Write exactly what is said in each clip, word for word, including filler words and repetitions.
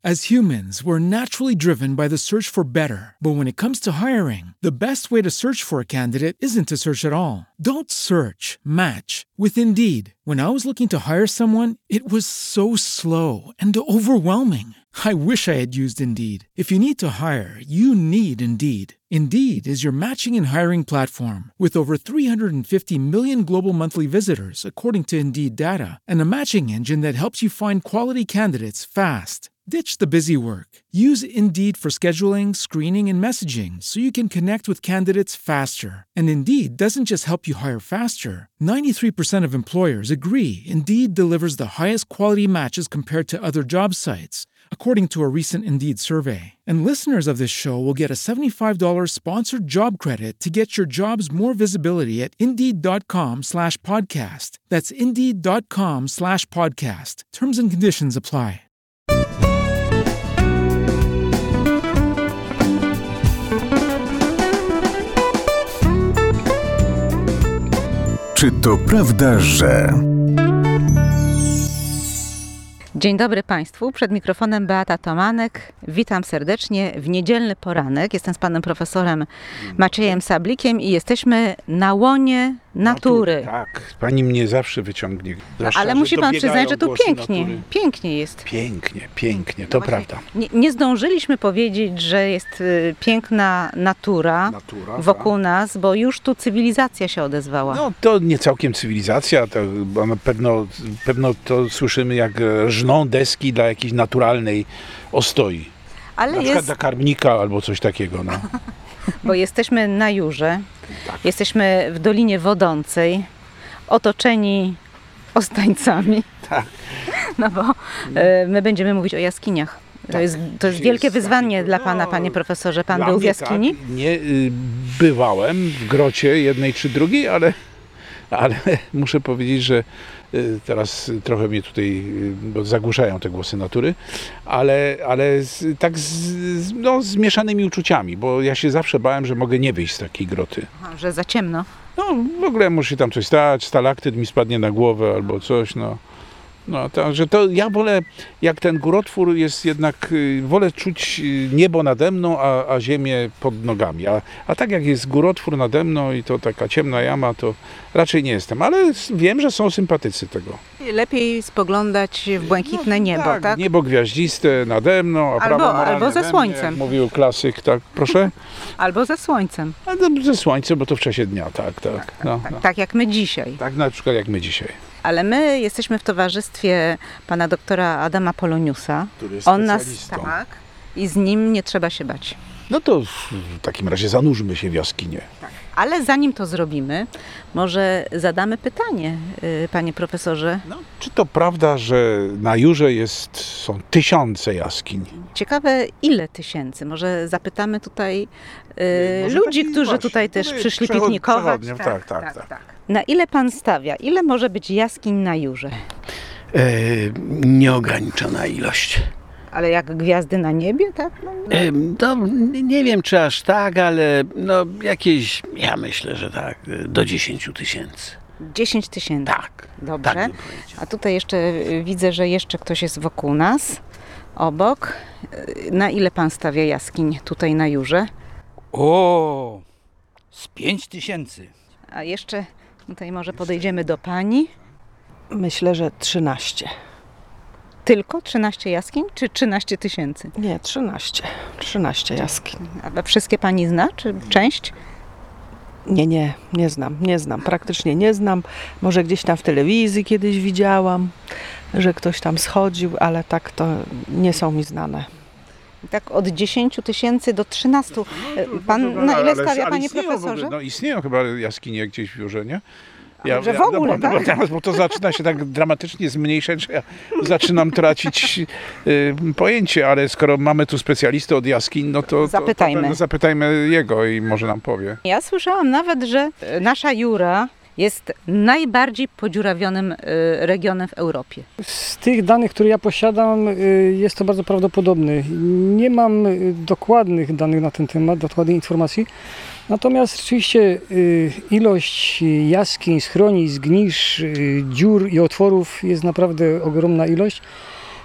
As humans, we're naturally driven by the search for better. But when it comes to hiring, the best way to search for a candidate isn't to search at all. Don't search, match with Indeed. When I was looking to hire someone, it was so slow and overwhelming. I wish I had used Indeed. If you need to hire, you need Indeed. Indeed is your matching and hiring platform with over three hundred fifty million global monthly visitors, according to Indeed data, and a matching engine that helps you find quality candidates fast. Ditch the busy work. Use Indeed for scheduling, screening, and messaging so you can connect with candidates faster. And Indeed doesn't just help you hire faster. ninety-three percent of employers agree Indeed delivers the highest quality matches compared to other job sites, according to a recent Indeed survey. And listeners of this show will get a seventy-five dollars sponsored job credit to get your jobs more visibility at Indeed.com slash podcast. That's Indeed.com slash podcast. Terms and conditions apply. Czy to prawda, że... Dzień dobry Państwu, przed mikrofonem Beata Tomanek. Witam serdecznie w niedzielny poranek. Jestem z panem profesorem Maciejem Sablikiem i jesteśmy na łonie natury. natury tak, pani mnie zawsze wyciągnie. Zwłaszcza, ale musi pan przyznać, że tu pięknie, natury. pięknie jest. Pięknie, pięknie, to no prawda. Nie, nie zdążyliśmy powiedzieć, że jest y, piękna natura, natura wokół tak. nas, bo już tu cywilizacja się odezwała. No to nie całkiem cywilizacja, to na pewno, pewno to słyszymy jak żną deski dla jakiejś naturalnej ostoi. Ale na jest... przykład dla karmnika albo coś takiego. No. Bo jesteśmy na Jurze, tak. jesteśmy w Dolinie Wodącej, otoczeni ostańcami. Tak. No bo y, my będziemy mówić o jaskiniach. To, tak. jest, to jest wielkie jest wyzwanie tak. dla pana, no, panie profesorze. Pan był w jaskini? Tak. Nie, y, bywałem w grocie jednej czy drugiej, ale, ale muszę powiedzieć, że teraz trochę mnie tutaj bo zagłuszają te głosy natury, ale, ale z, tak z, no, z mieszanymi uczuciami, bo ja się zawsze bałem, że mogę nie wyjść z takiej groty. Aha, że za ciemno? No w ogóle musi się tam coś stać, stalaktyt mi spadnie na głowę albo coś, no. No, także to ja wolę, jak ten górotwór jest jednak, wolę czuć niebo nade mną, a, a ziemię pod nogami. A, a tak jak jest górotwór nade mną i to taka ciemna jama, to raczej nie jestem. Ale wiem, że są sympatycy tego. Lepiej spoglądać w błękitne no, niebo, tak, tak? Niebo gwiaździste nade mną, a albo, prawo albo ze słońcem. Mnie, mówił klasyk, tak, proszę? Albo ze słońcem. A no, ze słońcem, bo to w czasie dnia, tak, tak. Tak, no, tak, no. tak jak my dzisiaj. Tak na przykład jak my dzisiaj. Ale my jesteśmy w towarzystwie pana doktora Adama Poloniusa. Który jest On nas, specjalistą. tak, i z nim nie trzeba się bać. No to w takim razie zanurzmy się w jaskinie. Tak. Ale zanim to zrobimy, może zadamy pytanie, panie profesorze. No, czy to prawda, że na Jurze jest, są tysiące jaskiń? Ciekawe, ile tysięcy? Może zapytamy tutaj y, ludzi, którzy właśnie, tutaj też przyszli przechod, piknikować. Tak tak, tak, tak, tak. Na ile pan stawia? Ile może być jaskiń na Jurze? E, nieograniczona ilość. Ale jak gwiazdy na niebie, tak? No, no, nie wiem, czy aż tak, ale no jakieś, ja myślę, że tak, do dziesięciu tysięcy. dziesięć tysięcy? Tak. Dobrze. Tak a tutaj jeszcze widzę, że jeszcze ktoś jest wokół nas, obok. Na ile pan stawia jaskiń tutaj na Jurze? O, z pięć tysięcy. A jeszcze tutaj może podejdziemy do pani. Myślę, że trzynaście. Tylko trzynaście jaskiń, czy trzynaście tysięcy? Nie, trzynaście. trzynaście jaskiń. A wszystkie pani zna, czy część? Nie, nie, nie znam, nie znam. Praktycznie nie znam. Może gdzieś tam w telewizji kiedyś widziałam, że ktoś tam schodził, ale tak to nie są mi znane. Tak od dziesięciu tysięcy do trzynastu. Pan no, na ile stawia, ale, ale panie profesorze? No istnieją chyba jaskinie gdzieś w Jurze, nie? Ja, że w ogóle, no, tak? Bo, bo to zaczyna się tak dramatycznie zmniejszać, że ja zaczynam tracić y, pojęcie, ale skoro mamy tu specjalistę od jaskiń, no to, zapytajmy. to, to, to zapytajmy jego i może nam powie. Ja słyszałam nawet, że nasza Jura jest najbardziej podziurawionym regionem w Europie. Z tych danych, które ja posiadam, jest to bardzo prawdopodobne. Nie mam dokładnych danych na ten temat, dokładnych informacji. Natomiast rzeczywiście ilość jaskiń, schronisk, nisz, dziur i otworów jest naprawdę ogromna ilość.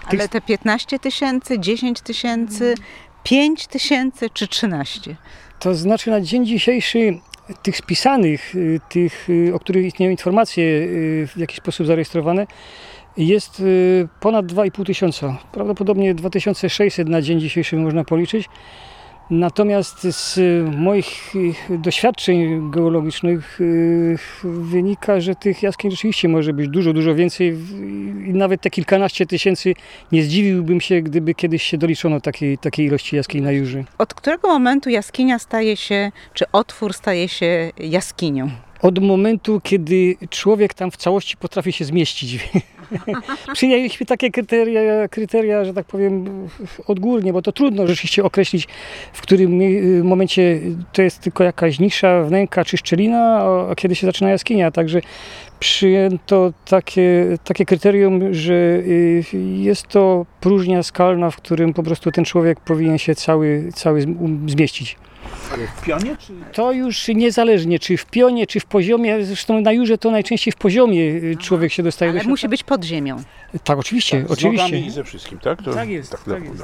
Ale te piętnaście tysięcy, dziesięć tysięcy, pięć tysięcy czy trzynaście? To znaczy na dzień dzisiejszy tych spisanych, y, tych, y, o których istnieją informacje y, w jakiś sposób zarejestrowane, jest y, ponad dwa i pół tysiąca. Prawdopodobnie dwa tysiące sześćset na dzień dzisiejszy można policzyć. Natomiast z moich y, doświadczeń geologicznych y, wynika, że tych jaskiń rzeczywiście może być dużo, dużo więcej. I nawet te kilkanaście tysięcy, nie zdziwiłbym się, gdyby kiedyś się doliczono takiej, takiej ilości jaskiń na Jurzy. Od którego momentu jaskinia staje się, czy otwór staje się jaskinią? Od momentu, kiedy człowiek tam w całości potrafi się zmieścić. Przyjęliśmy takie kryteria, kryteria, że tak powiem, odgórnie, bo to trudno rzeczywiście określić, w którym momencie to jest tylko jakaś nisza, wnęka czy szczelina, a kiedy się zaczyna jaskinia. Także przyjęto takie, takie kryterium, że jest to próżnia skalna, w którym po prostu ten człowiek powinien się cały, cały zmieścić. Ale w pionie czy... To już niezależnie, czy w pionie, czy w poziomie. Zresztą na Jurze to najczęściej w poziomie człowiek się dostaje Ale do środka. musi być pod ziemią. Tak, oczywiście, Tak, z oczywiście. nogami i ze wszystkim, tak? To, Tak jest, tak tak jest.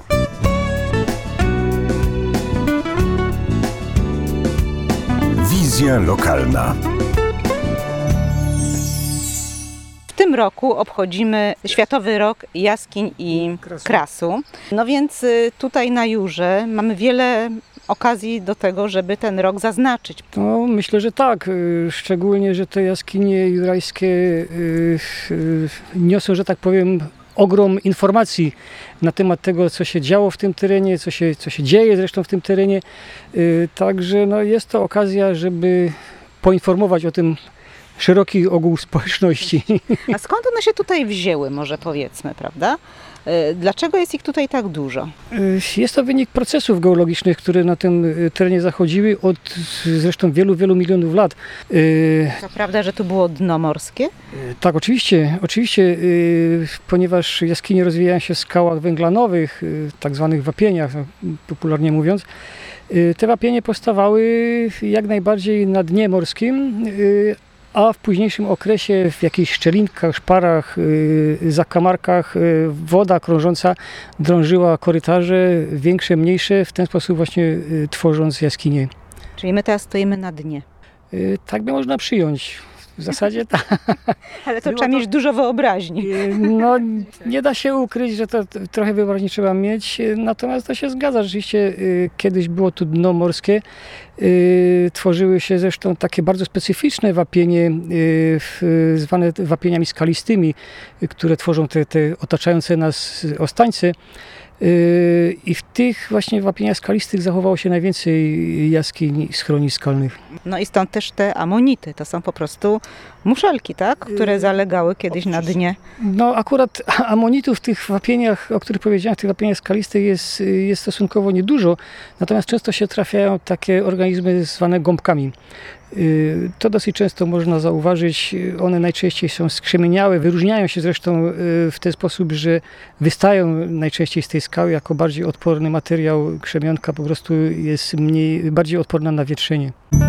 Wizja lokalna. W tym roku obchodzimy Światowy Rok Jaskiń i Krasu. Krasu. No więc y, tutaj na Jurze mamy wiele okazji do tego, żeby ten rok zaznaczyć. No, myślę, że tak. Y, Szczególnie, że te jaskinie jurajskie y, y, niosą, że tak powiem, ogrom informacji na temat tego, co się działo w tym terenie, co się, co się dzieje zresztą w tym terenie. Y, Także no, jest to okazja, żeby poinformować o tym szeroki ogół społeczności. A skąd one się tutaj wzięły, może powiedzmy, prawda? Y, Dlaczego jest ich tutaj tak dużo? Y, Jest to wynik procesów geologicznych, które na tym y, terenie zachodziły od y, zresztą wielu, wielu milionów lat. Y, To prawda, że tu było dno morskie? Tak, oczywiście, oczywiście, y, ponieważ jaskinie rozwijają się w skałach węglanowych, y, tak zwanych wapieniach, no, popularnie mówiąc. Y, te wapienie powstawały jak najbardziej na dnie morskim, y, a w późniejszym okresie w jakichś szczelinkach, szparach, y, zakamarkach y, woda krążąca drążyła korytarze, większe, mniejsze, w ten sposób właśnie y, tworząc jaskinie. Czyli my teraz stoimy na dnie. Y, tak by można przyjąć. W zasadzie tak. Ale to Było trzeba to- mieć dużo wyobraźni. No, nie da się ukryć, że to t- trochę wyobraźni trzeba mieć, natomiast to się zgadza. Rzeczywiście y, kiedyś było tu dno morskie. Y, Tworzyły się zresztą takie bardzo specyficzne wapienie, y, w- zwane wapieniami skalistymi, y, które tworzą te, te otaczające nas ostańce. Y, I w tych właśnie wapieniach skalistych zachowało się najwięcej jaskiń i schronisk skalnych. No i stąd też te amonity. To są po prostu muszelki, tak? Które zalegały kiedyś na dnie. No akurat amonitów w tych wapieniach, o których powiedziałem, w tych wapieniach skalistych jest, jest stosunkowo niedużo, natomiast często się trafiają takie organizmy zwane gąbkami. Y, To dosyć często można zauważyć. One najczęściej są skrzemieniałe, wyróżniają się zresztą y, w ten sposób, że wystają najczęściej z tej skały jako bardziej odporny materiał. Krzemionka po prostu jest mniej, bardziej odporna na wietrzenie.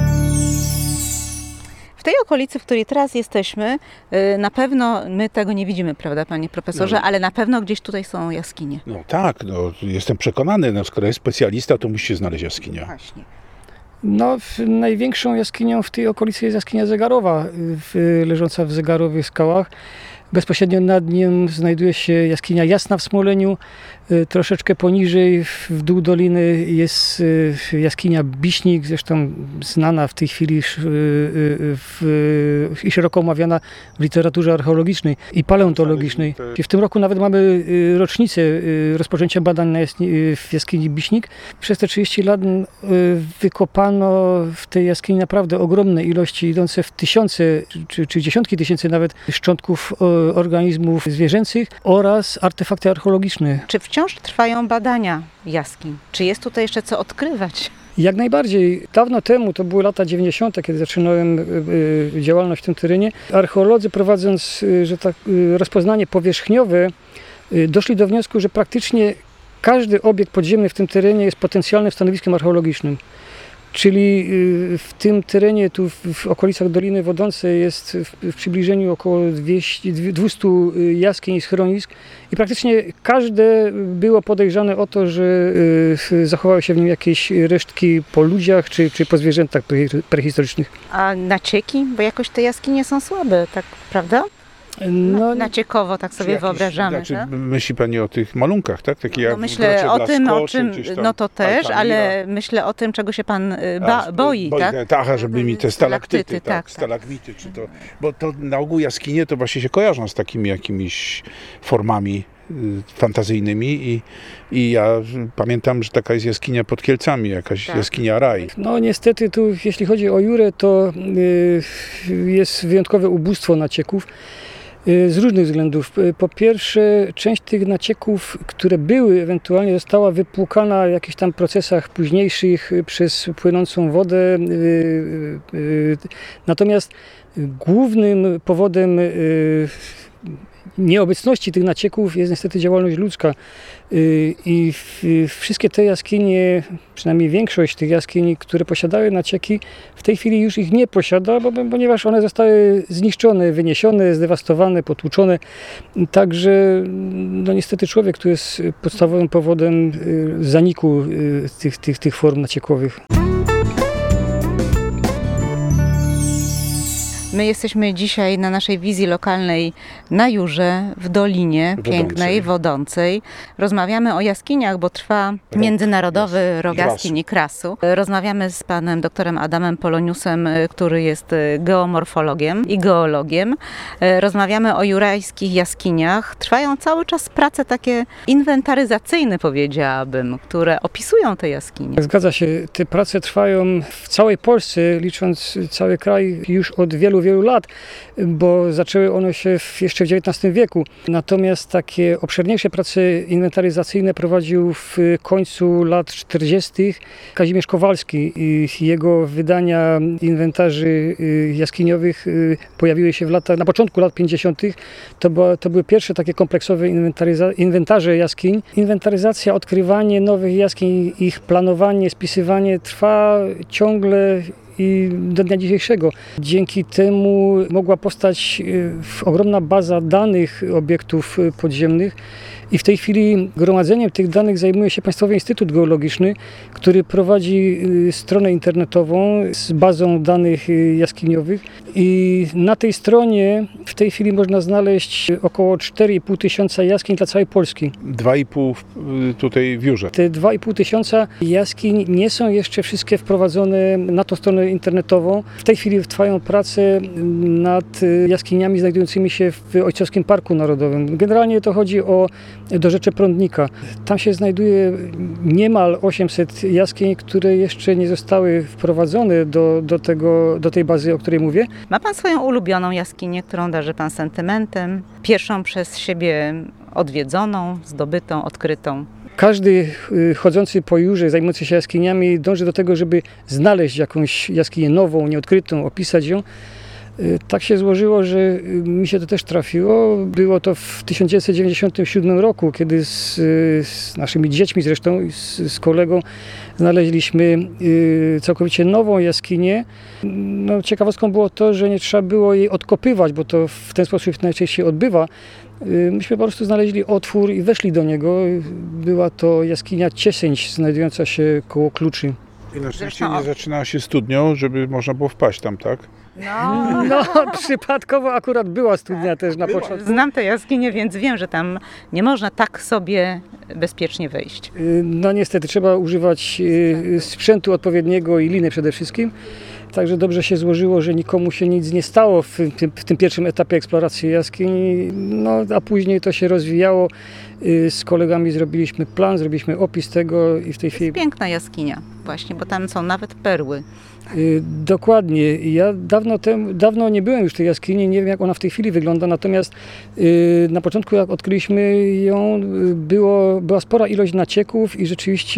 W tej okolicy, w której teraz jesteśmy, y, na pewno my tego nie widzimy, prawda, panie profesorze, No. ale na pewno gdzieś tutaj są jaskinie. No tak, no, jestem przekonany, no, skoro jest specjalista, to musi się znaleźć jaskinia. Właśnie. No, w- największą jaskinią w tej okolicy jest jaskinia Zegarowa, w, leżąca w Zegarowych skałach. Bezpośrednio nad nim znajduje się jaskinia Jasna w Smoleniu. Y, Troszeczkę poniżej, w w dół doliny jest y, jaskinia Biśnik, zresztą znana w tej chwili sz- y, y, w, i szeroko omawiana w literaturze archeologicznej i paleontologicznej. W tym roku nawet mamy y, rocznicę y, rozpoczęcia badań na jaskini, y, w jaskini Biśnik. Przez te trzydzieści lat y, wykopano w tej jaskini naprawdę ogromne ilości, idące w tysiące czy, czy dziesiątki tysięcy nawet szczątków o, organizmów zwierzęcych oraz artefakty archeologiczne. Czy wciąż trwają badania jaskiń? Czy jest tutaj jeszcze co odkrywać? Jak najbardziej. Dawno temu, to były lata dziewięćdziesiąte, kiedy zaczynałem y, y, działalność w tym terenie, archeolodzy prowadząc y, że tak, y, rozpoznanie powierzchniowe, y, doszli do wniosku, że praktycznie każdy obiekt podziemny w tym terenie jest potencjalnym stanowiskiem archeologicznym. Czyli w tym terenie, tu w okolicach Doliny Wodącej jest w przybliżeniu około dwieście, dwieście jaskiń i schronisk i praktycznie każde było podejrzane o to, że zachowały się w nim jakieś resztki po ludziach czy, czy po zwierzętach prehistorycznych. A nacieki? Bo jakoś te jaskinie są słabe, tak prawda? No, Naciekowo tak sobie Jakieś, wyobrażamy. Znaczy, tak? myśli Pani o tych malunkach, tak? Takie No jak myślę o tym, o czym, no to też, Altamira. ale myślę o tym, czego się pan ba, boi, boi, tak? Tak, żeby mi te stalaktyty, Stalaktyty, tak, tak, tak. stalagmity, czy to, bo to na ogół jaskinie to właśnie się kojarzą z takimi jakimiś formami y, fantazyjnymi i, i ja pamiętam, że taka jest jaskinia pod Kielcami, jakaś Tak. jaskinia Raj. No niestety tu, jeśli chodzi o Jurę, to y, jest wyjątkowe ubóstwo nacieków. Z różnych względów. Po pierwsze, część tych nacieków, które były, ewentualnie została wypłukana w jakichś tam procesach późniejszych przez płynącą wodę. Natomiast głównym powodem nieobecności tych nacieków jest niestety działalność ludzka. I wszystkie te jaskinie, przynajmniej większość tych jaskiń, które posiadały nacieki, w tej chwili już ich nie posiada, bo, ponieważ one zostały zniszczone, wyniesione, zdewastowane, potłuczone. Także no niestety człowiek tu jest podstawowym powodem zaniku tych, tych, tych form naciekowych. My jesteśmy dzisiaj na naszej wizji lokalnej na Jurze, w Dolinie Wodącej. pięknej, Wodącej. Rozmawiamy o jaskiniach, bo trwa Rok Międzynarodowy jest. Rok Jaskiń i Krasu. Rozmawiamy z panem doktorem Adamem Poloniusem, który jest geomorfologiem i geologiem. Rozmawiamy o jurajskich jaskiniach. Trwają cały czas prace takie inwentaryzacyjne, powiedziałabym, które opisują te jaskinie. Zgadza się, te prace trwają w całej Polsce, licząc cały kraj już od wielu, wielu lat, bo zaczęły one się w, jeszcze w dziewiętnastym wieku. Natomiast takie obszerniejsze prace inwentaryzacyjne prowadził w końcu lat czterdziestych Kazimierz Kowalski i jego wydania inwentarzy jaskiniowych pojawiły się w latach, na początku lat pięćdziesiątych. To, była, to były pierwsze takie kompleksowe inwentarze jaskiń. Inwentaryzacja, odkrywanie nowych jaskiń, ich planowanie, spisywanie trwa ciągle i do dnia dzisiejszego. Dzięki temu mogła powstać ogromna baza danych obiektów podziemnych i w tej chwili gromadzeniem tych danych zajmuje się Państwowy Instytut Geologiczny, który prowadzi stronę internetową z bazą danych jaskiniowych i na tej stronie w tej chwili można znaleźć około cztery i pół tysiąca jaskiń dla całej Polski. Dwa i pół tutaj w Jurze. Te dwa i pół tysiąca jaskiń nie są jeszcze wszystkie wprowadzone na tą stronę internetową. W tej chwili trwają prace nad jaskiniami znajdującymi się w Ojcowskim Parku Narodowym. Generalnie to chodzi o dorzecze Prądnika. Tam się znajduje niemal osiemset jaskiń, które jeszcze nie zostały wprowadzone do, do, tego, do tej bazy, o której mówię. Ma pan swoją ulubioną jaskinię, którą darzy pan sentymentem? Pierwszą przez siebie odwiedzoną, zdobytą, odkrytą? Każdy chodzący po Jurze, zajmujący się jaskiniami, dąży do tego, żeby znaleźć jakąś jaskinię nową, nieodkrytą, opisać ją. Tak się złożyło, że mi się to też trafiło. Było to w tysiąc dziewięćset dziewięćdziesiątym siódmym roku, kiedy z, z naszymi dziećmi zresztą i z, z kolegą znaleźliśmy całkowicie nową jaskinię. No, ciekawostką było to, że nie trzeba było jej odkopywać, bo to w ten sposób najczęściej odbywa. Myśmy po prostu znaleźli otwór i weszli do niego. Była to jaskinia Ciesęć, znajdująca się koło Kluczy. I na szczęście Zresztą- nie zaczyna się studnią, żeby można było wpaść tam, tak? No, No, przypadkowo akurat była studnia też na początku. znam te jaskinie, więc wiem, że tam nie można tak sobie bezpiecznie wejść. No niestety trzeba używać y, sprzętu odpowiedniego i liny przede wszystkim. Także dobrze się złożyło, że nikomu się nic nie stało w tym, w tym pierwszym etapie eksploracji jaskiń. No, a później to się rozwijało. Y, Z kolegami zrobiliśmy plan, zrobiliśmy opis tego i w tej To chwili... jest piękna jaskinia właśnie, bo tam są nawet perły. Y, Dokładnie. Ja dawno, tem, dawno nie byłem już w tej jaskini, nie wiem jak ona w tej chwili wygląda, natomiast y, na początku jak odkryliśmy ją, y, było, była spora ilość nacieków i rzeczywiście,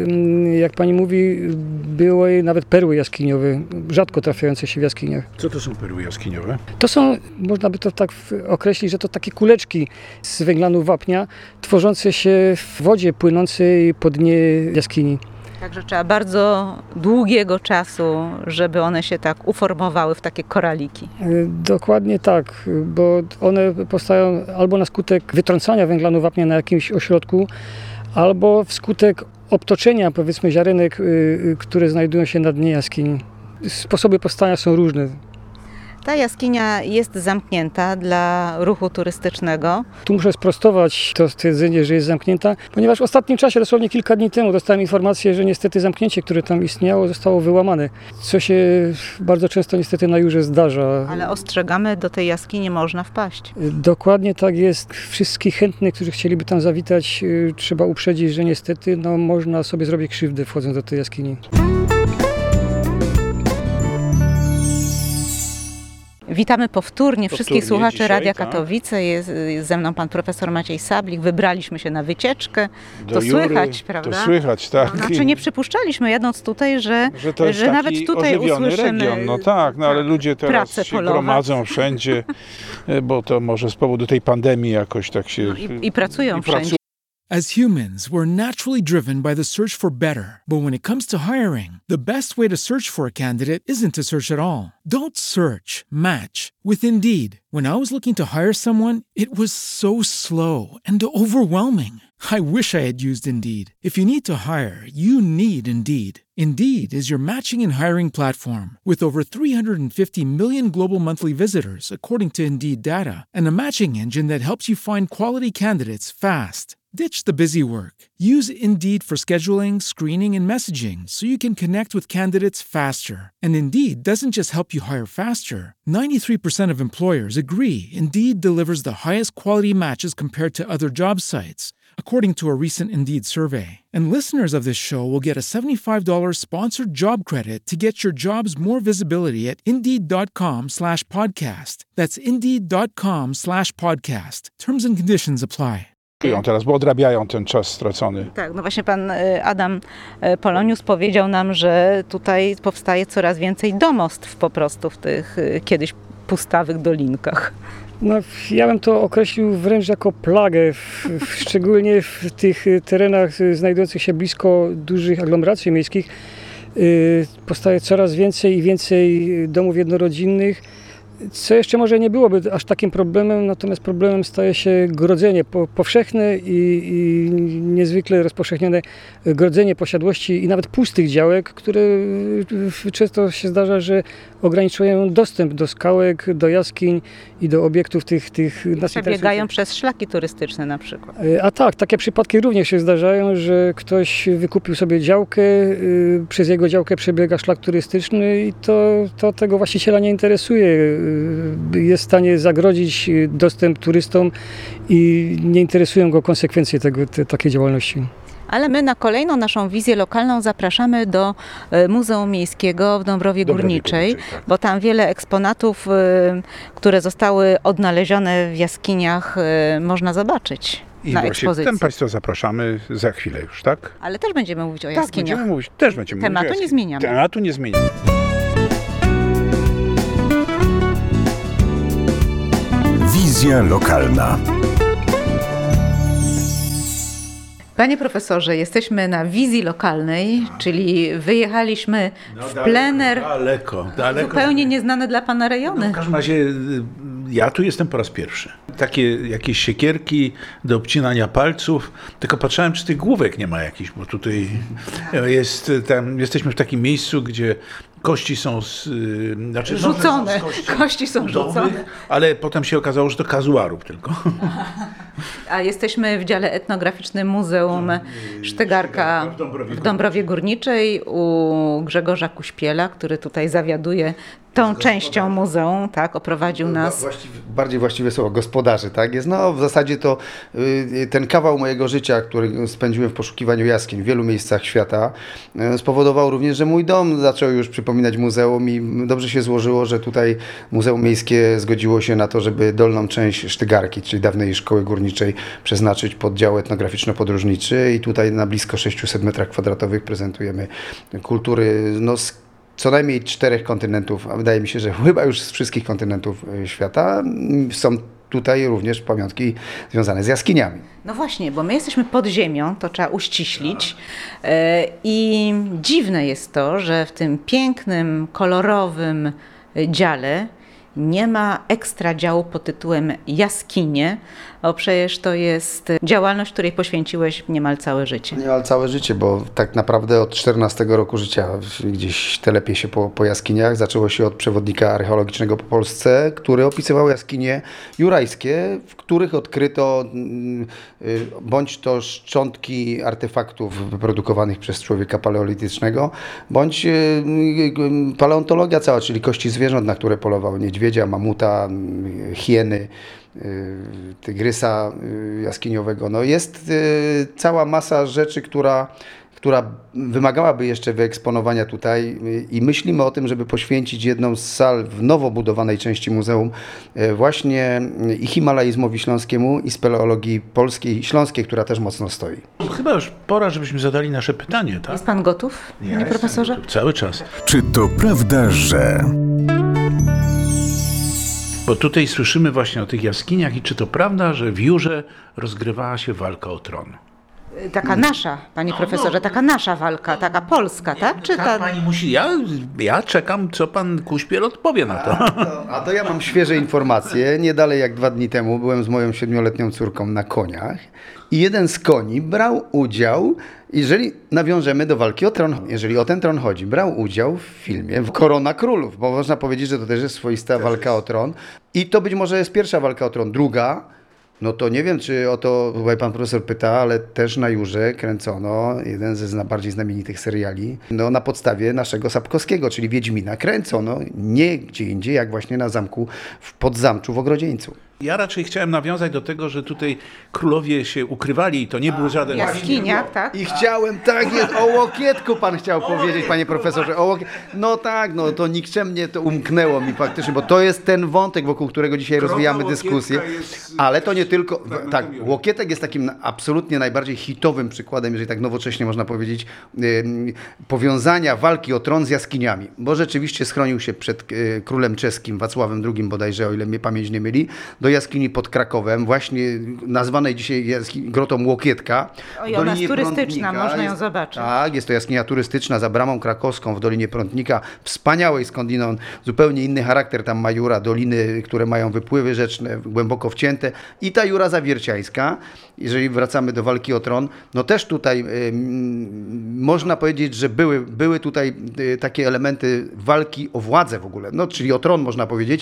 y, jak pani mówi, były nawet perły jaskiniowe, rzadko trafiające się w jaskiniach. Co to są perły jaskiniowe? To są, można by to tak określić, że to takie kuleczki z węglanu wapnia, tworzące się w wodzie płynącej po dnie jaskini. Także trzeba bardzo długiego czasu, żeby one się tak uformowały w takie koraliki. Dokładnie tak, bo one powstają albo na skutek wytrącania węglanu wapnia na jakimś ośrodku, albo wskutek obtoczenia, powiedzmy, ziarenek, które znajdują się na dnie jaskini. Sposoby powstania są różne. Ta jaskinia jest zamknięta dla ruchu turystycznego. Tu muszę sprostować to stwierdzenie, że jest zamknięta, ponieważ w ostatnim czasie, dosłownie kilka dni temu, dostałem informację, że niestety zamknięcie, które tam istniało, zostało wyłamane, co się bardzo często niestety na Jurze zdarza. Ale ostrzegamy, do tej jaskini można wpaść. Dokładnie tak jest. Wszystkich chętnych, którzy chcieliby tam zawitać, trzeba uprzedzić, że niestety no, można sobie zrobić krzywdę, wchodząc do tej jaskini. Witamy powtórnie wszystkich Powtórnie słuchaczy dzisiaj, Radia tak. Katowice. Jest ze mną pan profesor Maciej Sablik. Wybraliśmy się na wycieczkę. Do to Jury, słychać, prawda? To słychać, tak. No, znaczy nie przypuszczaliśmy jadąc tutaj, że, że to jest że taki nawet tutaj ożywiony usłyszymy region. No tak, no ale ludzie teraz pracę się polową. gromadzą wszędzie, bo to może z powodu tej pandemii jakoś tak się... No i, i pracują i wszędzie. As humans, we're naturally driven by the search for better. But when it comes to hiring, the best way to search for a candidate isn't to search at all. Don't search, match with Indeed. When I was looking to hire someone, it was so slow and overwhelming. I wish I had used Indeed. If you need to hire, you need Indeed. Indeed is your matching and hiring platform with over three hundred fifty million global monthly visitors, according to Indeed data, and a matching engine that helps you find quality candidates fast. Ditch the busy work. Use Indeed for scheduling, screening, and messaging so you can connect with candidates faster. And Indeed doesn't just help you hire faster. ninety-three percent of employers agree Indeed delivers the highest quality matches compared to other job sites, according to a recent Indeed survey. And listeners of this show will get a seventy-five dollars sponsored job credit to get your jobs more visibility at Indeed.com slash podcast. That's Indeed.com slash podcast. Terms and conditions apply. Teraz, bo odrabiają ten czas stracony. Tak, no właśnie pan Adam Polonius powiedział nam, że tutaj powstaje coraz więcej domostw po prostu w tych kiedyś pustawych dolinkach. No, ja bym to określił wręcz jako plagę, w, w, szczególnie w tych terenach znajdujących się blisko dużych aglomeracji miejskich. Yy, powstaje coraz więcej i więcej domów jednorodzinnych, co jeszcze może nie byłoby aż takim problemem, natomiast problemem staje się grodzenie po, powszechne i, i niezwykle rozpowszechnione grodzenie posiadłości i nawet pustych działek, które często się zdarza, że ograniczają dostęp do skałek, do jaskiń i do obiektów tych... tych Przebiegają przez szlaki turystyczne na przykład. A tak, takie przypadki również się zdarzają, że ktoś wykupił sobie działkę, przez jego działkę przebiega szlak turystyczny i to, to tego właściciela nie interesuje. Jest w stanie zagrodzić dostęp turystom i nie interesują go konsekwencje tego, te, takiej działalności. Ale my na kolejną naszą wizję lokalną zapraszamy do Muzeum Miejskiego w Dąbrowie Górniczej, tak. Bo tam wiele eksponatów, które zostały odnalezione w jaskiniach, można zobaczyć. I na właśnie ekspozycji. Tam Państwa zapraszamy za chwilę już, tak? Ale też będziemy mówić o tak, jaskiniach. Będziemy mówić, też będziemy Tematu mówić o nie zmieniamy. Tematu nie zmieniamy. Wizja lokalna. Panie profesorze, jesteśmy na wizji lokalnej, czyli wyjechaliśmy No, w plener, daleko, daleko. zupełnie nieznane dla pana rejony. No, w każdym razie ja tu jestem po raz pierwszy. Takie jakieś siekierki do obcinania palców, tylko patrzałem, czy tych główek nie ma jakichś, bo tutaj jest, tam, jesteśmy w takim miejscu, gdzie kości są z, znaczy rzucone, są z kości, kości są udowych, rzucone. ale potem się okazało, że to kazuarów tylko. A jesteśmy w dziale etnograficznym Muzeum Sztygarka w Dąbrowie, w Dąbrowie Górniczej u Grzegorza Kuśpiela, który tutaj zawiaduje tą częścią muzeum, tak, oprowadził nas. Właściwie, bardziej właściwe słowo, gospodarzy, tak jest. No w zasadzie to y, ten kawał mojego życia, który spędziłem w poszukiwaniu jaskiń w wielu miejscach świata, y, spowodował również, że mój dom zaczął już przypominać muzeum i dobrze się złożyło, że tutaj Muzeum Miejskie zgodziło się na to, żeby dolną część Sztygarki, czyli dawnej szkoły górniczej, przeznaczyć pod dział etnograficzno-podróżniczy i tutaj na blisko sześćset metrach kwadratowych prezentujemy kultury no, z co najmniej czterech kontynentów, a wydaje mi się, że chyba już z wszystkich kontynentów świata. Są tutaj również pamiątki związane z jaskiniami. No właśnie, bo my jesteśmy pod ziemią, to trzeba uściślić. E, I dziwne jest to, że w tym pięknym, kolorowym dziale nie ma ekstra działu pod tytułem jaskinie, bo przecież to jest działalność, której poświęciłeś niemal całe życie. Niemal całe życie, bo tak naprawdę od czternastego roku życia gdzieś telepie się po, po jaskiniach. Zaczęło się od przewodnika archeologicznego po Polsce, który opisywał jaskinie jurajskie, w których odkryto bądź to szczątki artefaktów wyprodukowanych przez człowieka paleolitycznego, bądź paleontologia cała, czyli kości zwierząt, na które polował niedźwiedzia, mamuta, hieny, tygrysa jaskiniowego. No jest cała masa rzeczy, która, która wymagałaby jeszcze wyeksponowania tutaj i myślimy o tym, żeby poświęcić jedną z sal w nowo budowanej części muzeum właśnie i himalaizmowi śląskiemu, i speleologii polskiej i śląskiej, która też mocno stoi. Chyba już pora, żebyśmy zadali nasze pytanie, tak? Jest pan gotów, Ja panie profesorze? gotów, cały czas. Czy to prawda, że... Bo tutaj słyszymy właśnie o tych jaskiniach i czy to prawda, że w Jurze rozgrywała się walka o tron? Taka nasza, panie profesorze, taka nasza walka, taka polska, tak? Czy Tak, ta... pani musi, ja, ja czekam, co pan Kuśpiel odpowie na to. A to, a to ja mam świeże informacje. Nie dalej jak dwa dni temu byłem z moją siedmioletnią córką na koniach i jeden z koni brał udział, jeżeli nawiążemy do walki o tron, jeżeli o ten tron chodzi, brał udział w filmie Korona Królów, bo można powiedzieć, że to też jest swoista walka o tron i to być może jest pierwsza walka o tron. Druga, no to nie wiem, czy o to tutaj pan profesor pyta, ale też na Jurze kręcono jeden ze zna, bardziej znamienitych seriali, no na podstawie naszego Sapkowskiego, czyli Wiedźmina, kręcono nie gdzie indziej, jak właśnie na zamku w Podzamczu w Ogrodzieńcu. Ja raczej chciałem nawiązać do tego, że tutaj królowie się ukrywali i to nie był żaden... jaskiniach, tak? I chciałem, tak jest, o Łokietku pan chciał powiedzieć, panie profesorze. O Łokiet... No tak, no to nikczemnie to umknęło mi faktycznie, bo to jest ten wątek, wokół którego dzisiaj rozwijamy dyskusję. Ale to nie tylko, tak, Łokietek jest takim absolutnie najbardziej hitowym przykładem, jeżeli tak nowocześnie można powiedzieć, yy, powiązania walki o tron z jaskiniami. Bo rzeczywiście schronił się przed yy, królem czeskim, Wacławem drugim bodajże, o ile mnie pamięć nie myli, do jaskini pod Krakowem, właśnie nazwanej dzisiaj jaskini, grotą Łokietka. Oj, ona jest turystyczna, można ją zobaczyć. Tak, jest to jaskinia turystyczna za Bramą Krakowską w Dolinie Prątnika, wspaniałej skądinąd, zupełnie inny charakter tam ma Jura, doliny, które mają wypływy rzeczne, głęboko wcięte i ta Jura Zawierciańska, jeżeli wracamy do walki o tron, no też tutaj y, można powiedzieć, że były, były tutaj y, takie elementy walki o władzę w ogóle, no czyli o tron można powiedzieć.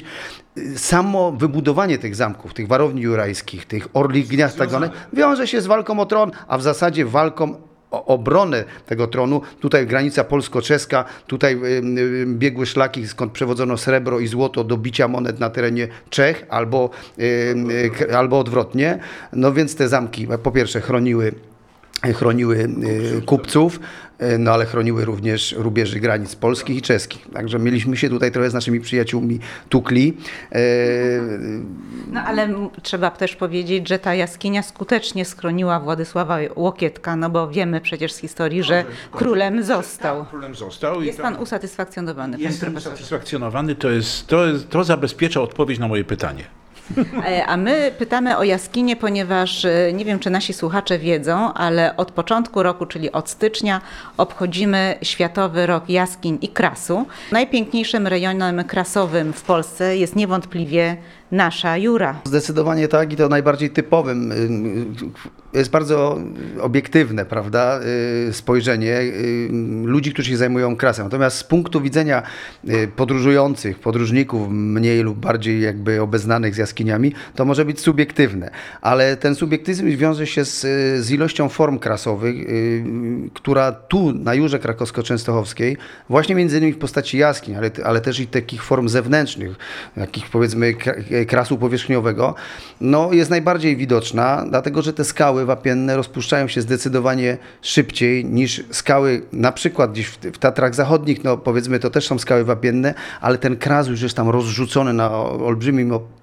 Samo wybudowanie tych zamków, tych warowni jurajskich, tych orlich gniazd tak zwanych, wiąże się z walką o tron, a w zasadzie walką o obronę tego tronu. Tutaj granica polsko-czeska, tutaj y, y, biegły szlaki, skąd przewodzono srebro i złoto do bicia monet na terenie Czech, albo, y, y, albo odwrotnie. No więc te zamki po pierwsze chroniły chroniły y, kupców, y, no ale chroniły również rubieży granic polskich i czeskich. Także mieliśmy się tutaj trochę z naszymi przyjaciółmi tukli. Y, No ale m- trzeba też powiedzieć, że ta jaskinia skutecznie schroniła Władysława Łokietka, no bo wiemy przecież z historii, że królem został. Królem został. Jest i pan tam- usatysfakcjonowany, panie Jestem profesorze? usatysfakcjonowany, to, jest, to, jest, to zabezpiecza odpowiedź na moje pytanie. E, A my pytamy o jaskinie, ponieważ e, nie wiem, czy nasi słuchacze wiedzą, ale od początku roku, czyli od stycznia, obchodzimy Światowy Rok Jaskiń i Krasu. Najpiękniejszym rejonem krasowym w Polsce jest niewątpliwie nasza Jura. Zdecydowanie tak i to najbardziej typowym. Jest bardzo obiektywne, prawda, spojrzenie ludzi, którzy się zajmują krasem. Natomiast z punktu widzenia podróżujących, podróżników mniej lub bardziej jakby obeznanych z jaskiniami, to może być subiektywne. Ale ten subiektywizm wiąże się z, z ilością form krasowych, która tu na Jurze Krakowsko-Częstochowskiej, właśnie między innymi w postaci jaskiń, ale, ale też i takich form zewnętrznych, takich powiedzmy krasu powierzchniowego, no jest najbardziej widoczna, dlatego że te skały wapienne rozpuszczają się zdecydowanie szybciej niż skały na przykład gdzieś w, w Tatrach Zachodnich, no powiedzmy to też są skały wapienne, ale ten kras już jest tam rozrzucony na olbrzymim obszarze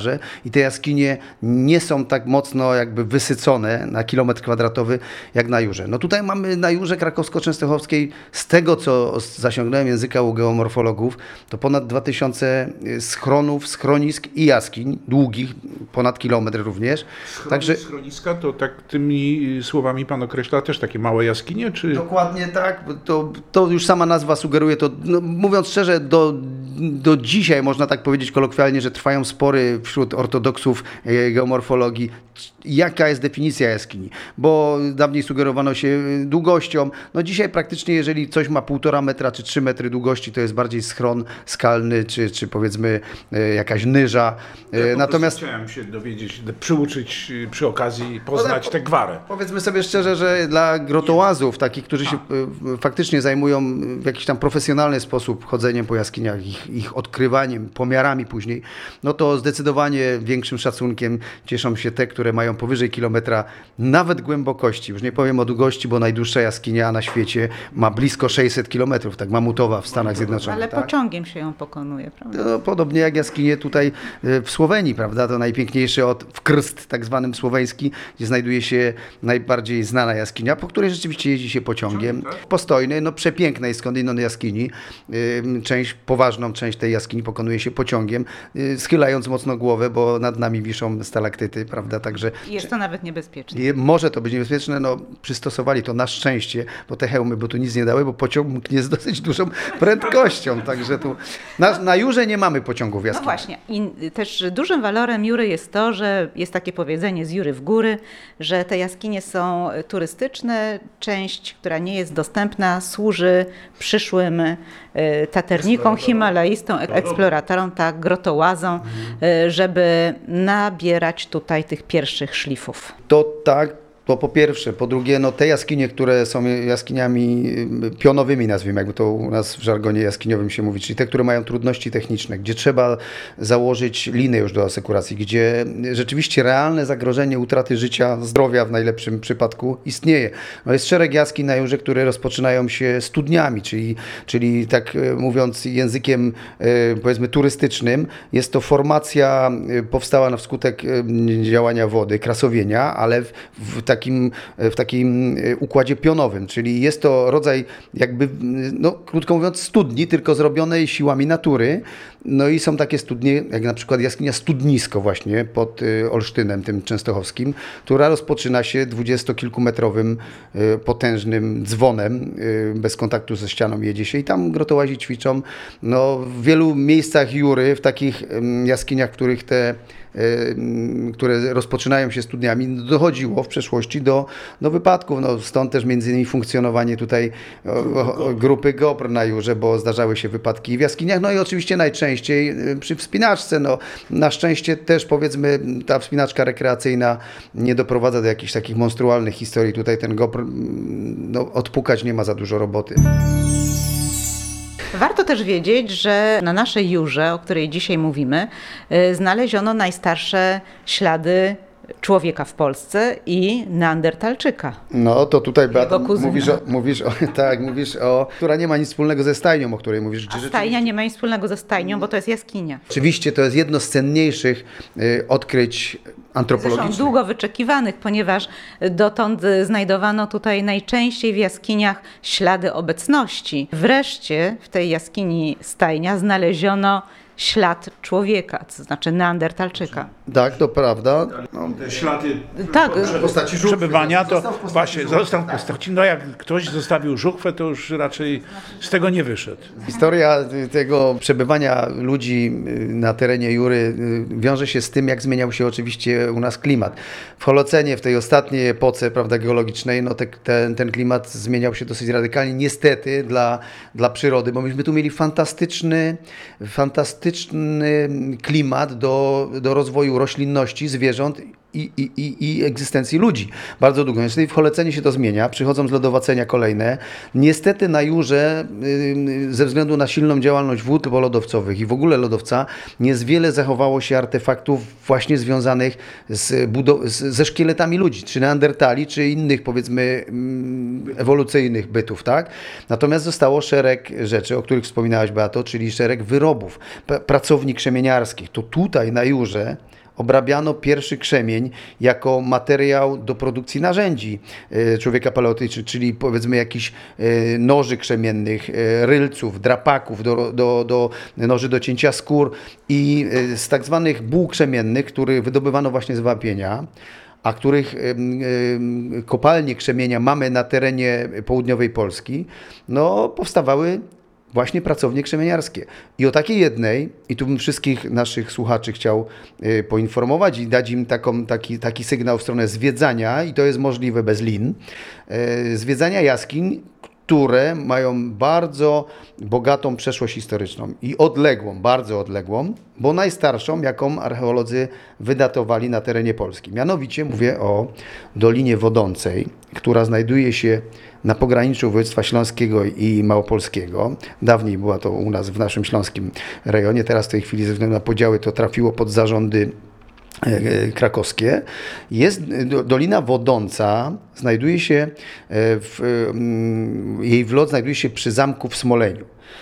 obszarze i te jaskinie nie są tak mocno jakby wysycone na kilometr kwadratowy jak na Jurze. No tutaj mamy na Jurze krakowsko-częstochowskiej, z tego co zasięgnąłem języka u geomorfologów, to ponad dwa tysiące schronów, schronisk i jaskiń, długich, ponad kilometr również. Schroni, Także schroniska to tak tymi słowami pan określa też takie małe jaskinie, czy... Dokładnie tak, to, to już sama nazwa sugeruje to, no, mówiąc szczerze, do, do dzisiaj można tak powiedzieć kolokwialnie, że trwają spory wśród ortodoksów e, geomorfologii, jaka jest definicja jaskini, bo dawniej sugerowano się długością, no dzisiaj praktycznie jeżeli coś ma półtora metra czy trzy metry długości, to jest bardziej schron skalny, czy, czy powiedzmy e, jakaś nyża. E, Ja natomiast chciałem się dowiedzieć, przyuczyć przy okazji, poznać tę gwarę. Powiedzmy sobie szczerze, że dla grotołazów, takich, którzy się y, faktycznie zajmują w jakiś tam profesjonalny sposób chodzeniem po jaskiniach, ich, ich odkrywaniem, pomiarami później, no to zdecydowanie większym szacunkiem cieszą się te, które mają powyżej kilometra nawet głębokości. Już nie powiem o długości, bo najdłuższa jaskinia na świecie ma blisko sześćset kilometrów, tak mamutowa w Stanach Zjednoczonych. Ale tak? pociągiem się ją pokonuje, prawda? No, podobnie jak jaskinie tutaj y, w Słowenii, prawda? To najpiękniejszy od Wkrst, tak zwanym słoweński, gdzie znajduje się najbardziej znana jaskinia, po której rzeczywiście jeździ się pociągiem. Postojny, no przepięknej skądinąd jaskini. Y, część, poważną część tej jaskini pokonuje się pociągiem, y, schylając mocno głowę, bo nad nami wiszą stalaktyty, prawda? Także I jest to nawet niebezpieczne. i może to być niebezpieczne, no przystosowali to na szczęście, bo te hełmy, bo tu nic nie dały, bo pociąg mknie z dosyć dużą prędkością, także tu na, na Jurze nie mamy pociągów No jaskini. właśnie. I też dużym walorem Jury jest to, że jest takie powiedzenie z Jury w góry, że te jaskinie są turystyczne. Część, która nie jest dostępna, służy przyszłym y, taternikom, himalaistom, eksploratorom, tak, grotołazom, y, żeby nabierać tutaj tych pierwszych szlifów. To tak, to po pierwsze. Po drugie, no te jaskinie, które są jaskiniami pionowymi, nazwijmy, jakby to u nas w żargonie jaskiniowym się mówi, czyli te, które mają trudności techniczne, gdzie trzeba założyć linę już do asekuracji, gdzie rzeczywiście realne zagrożenie utraty życia, zdrowia w najlepszym przypadku istnieje. No jest szereg jaskiń na Jurze, które rozpoczynają się studniami, czyli, czyli tak mówiąc językiem powiedzmy turystycznym, jest to formacja powstała na wskutek działania wody, krasowienia, ale w, w tak takim, w takim układzie pionowym, czyli jest to rodzaj jakby, no krótko mówiąc, studni, tylko zrobionej siłami natury. No i są takie studnie, jak na przykład jaskinia Studnisko właśnie pod Olsztynem, tym częstochowskim, która rozpoczyna się dwudziestokilkumetrowym potężnym dzwonem, bez kontaktu ze ścianą jedzie się i tam grotołazi ćwiczą. No, w wielu miejscach Jury, w takich jaskiniach, w których te które rozpoczynają się studniami, dochodziło w przeszłości do, do wypadków. No, stąd też między innymi funkcjonowanie tutaj o, o, grupy GoPro na Jurze, bo zdarzały się wypadki w jaskiniach. No i oczywiście najczęściej przy wspinaczce. No, na szczęście też powiedzmy ta wspinaczka rekreacyjna nie doprowadza do jakichś takich monstrualnych historii. Tutaj ten GoPro no, odpukać nie ma za dużo roboty. Warto też wiedzieć, że na naszej Jurze, o której dzisiaj mówimy, znaleziono najstarsze ślady człowieka w Polsce i neandertalczyka. No to tutaj Beata, kuzyna. mówisz, o, mówisz, o, tak, mówisz o, która nie ma nic wspólnego ze stajnią, o której mówisz. A stajnia nie ma nic wspólnego ze stajnią, bo to jest jaskinia. Oczywiście to jest jedno z cenniejszych y, odkryć antropologicznych. Zresztą długo wyczekiwanych, ponieważ dotąd znajdowano tutaj najczęściej w jaskiniach ślady obecności. Wreszcie w tej jaskini stajnia znaleziono ślad człowieka, to znaczy neandertalczyka. Tak, to prawda. No, te ślady Tak, w postaci żuchwy. przebywania, to Został w postaci właśnie żuchwy. został w postaci, no jak ktoś zostawił żuchwę, to już raczej z tego nie wyszedł. Historia tego przebywania ludzi na terenie Jury wiąże się z tym, jak zmieniał się oczywiście u nas klimat. W Holocenie, w tej ostatniej epoce, prawda, geologicznej, no te, ten, ten klimat zmieniał się dosyć radykalnie, niestety dla, dla przyrody, bo myśmy tu mieli fantastyczny, fantastyczny klimat do, do rozwoju roślinności, zwierząt i, i, i, i egzystencji ludzi. Bardzo długo. Niestety w Holecenie się to zmienia, przychodzą zlodowacenia kolejne. Niestety na Jurze yy, ze względu na silną działalność wód lodowcowych i w ogóle lodowca niewiele zachowało się artefaktów właśnie związanych z budow- z, ze szkieletami ludzi, czy neandertali, czy innych powiedzmy yy, ewolucyjnych bytów, tak? Natomiast zostało szereg rzeczy, o których wspominałaś, Beato, czyli szereg wyrobów, p- pracowni krzemieniarskich. To tutaj na Jurze obrabiano pierwszy krzemień jako materiał do produkcji narzędzi człowieka paleolitycznego, czyli powiedzmy jakichś noży krzemiennych, rylców, drapaków, do, do, do noży do cięcia skór i z tak zwanych buł krzemiennych, które wydobywano właśnie z wapienia, a których kopalnie krzemienia mamy na terenie południowej Polski, no powstawały właśnie pracownie krzemieniarskie. I o takiej jednej, i tu bym wszystkich naszych słuchaczy chciał y, poinformować i dać im taką, taki, taki sygnał w stronę zwiedzania, i to jest możliwe bez lin, y, zwiedzania jaskiń, które mają bardzo bogatą przeszłość historyczną i odległą, bardzo odległą, bo najstarszą, jaką archeolodzy wydatowali na terenie Polski. Mianowicie mówię o Dolinie Wodącej, która znajduje się na pograniczu województwa śląskiego i małopolskiego. Dawniej była to u nas w naszym śląskim rejonie, teraz w tej chwili ze względu na podziały to trafiło pod zarządy krakowskie. Jest Dolina Wodąca, znajduje się w, jej wlot znajduje się przy zamku w Smoleniu.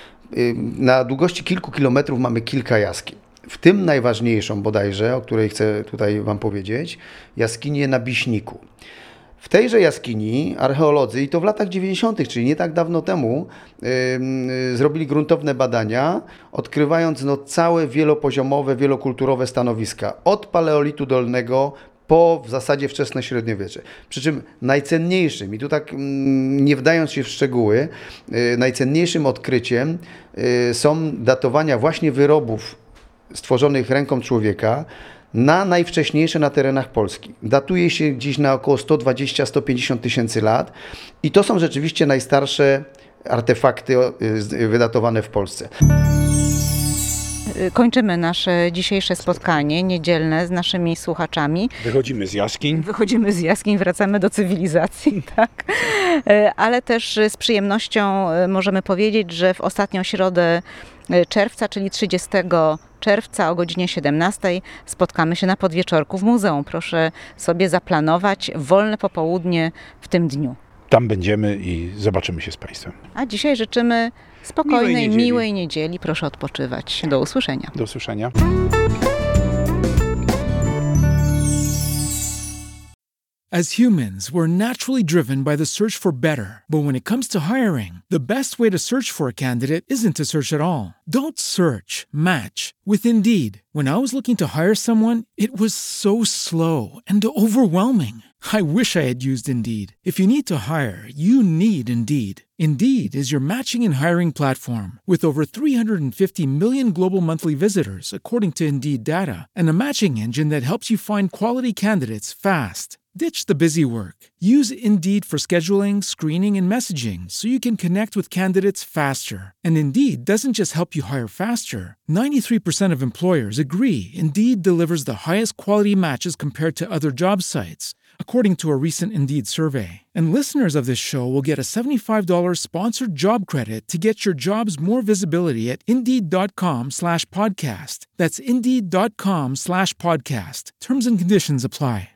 Na długości kilku kilometrów mamy kilka jaskiń. W tym najważniejszą bodajże, o której chcę tutaj wam powiedzieć, jaskinię na Biśniku. W tejże jaskini archeolodzy, i to w latach dziewięćdziesiątych, czyli nie tak dawno temu, yy, yy, zrobili gruntowne badania, odkrywając no, całe wielopoziomowe, wielokulturowe stanowiska. Od paleolitu dolnego po w zasadzie wczesne średniowiecze. Przy czym najcenniejszym, i tu tak yy, nie wdając się w szczegóły, yy, najcenniejszym odkryciem yy, są datowania właśnie wyrobów stworzonych ręką człowieka, na najwcześniejsze na terenach Polski. Datuje się gdzieś na około sto dwadzieścia do stu pięćdziesięciu tysięcy lat i to są rzeczywiście najstarsze artefakty wydatowane w Polsce. Kończymy nasze dzisiejsze spotkanie niedzielne z naszymi słuchaczami. Wychodzimy z jaskiń. Wychodzimy z jaskiń, wracamy do cywilizacji, tak. Ale też z przyjemnością możemy powiedzieć, że w ostatnią środę czerwca, czyli trzydziestego czerwca o godzinie siedemnastej spotkamy się na podwieczorku w muzeum. Proszę sobie zaplanować wolne popołudnie w tym dniu. Tam będziemy i zobaczymy się z Państwem. A dzisiaj życzymy spokojnej, miłej niedzieli. miłej niedzieli. Proszę odpoczywać. Do usłyszenia. Do usłyszenia. As humans, we're naturally driven by the search for better. But when it comes to hiring, the best way to search for a candidate isn't to search at all. Don't search, match with Indeed. When I was looking to hire someone, it was so slow and overwhelming. I wish I had used Indeed. If you need to hire, you need Indeed. Indeed is your matching and hiring platform with over three hundred fifty million global monthly visitors, according to Indeed data, and a matching engine that helps you find quality candidates fast. Ditch the busy work. Use Indeed for scheduling, screening, and messaging so you can connect with candidates faster. And Indeed doesn't just help you hire faster. ninety-three percent of employers agree Indeed delivers the highest quality matches compared to other job sites, according to a recent Indeed survey. And listeners of this show will get a seventy-five dollars sponsored job credit to get your jobs more visibility at Indeed.com slash podcast. That's Indeed.com slash podcast. Terms and conditions apply.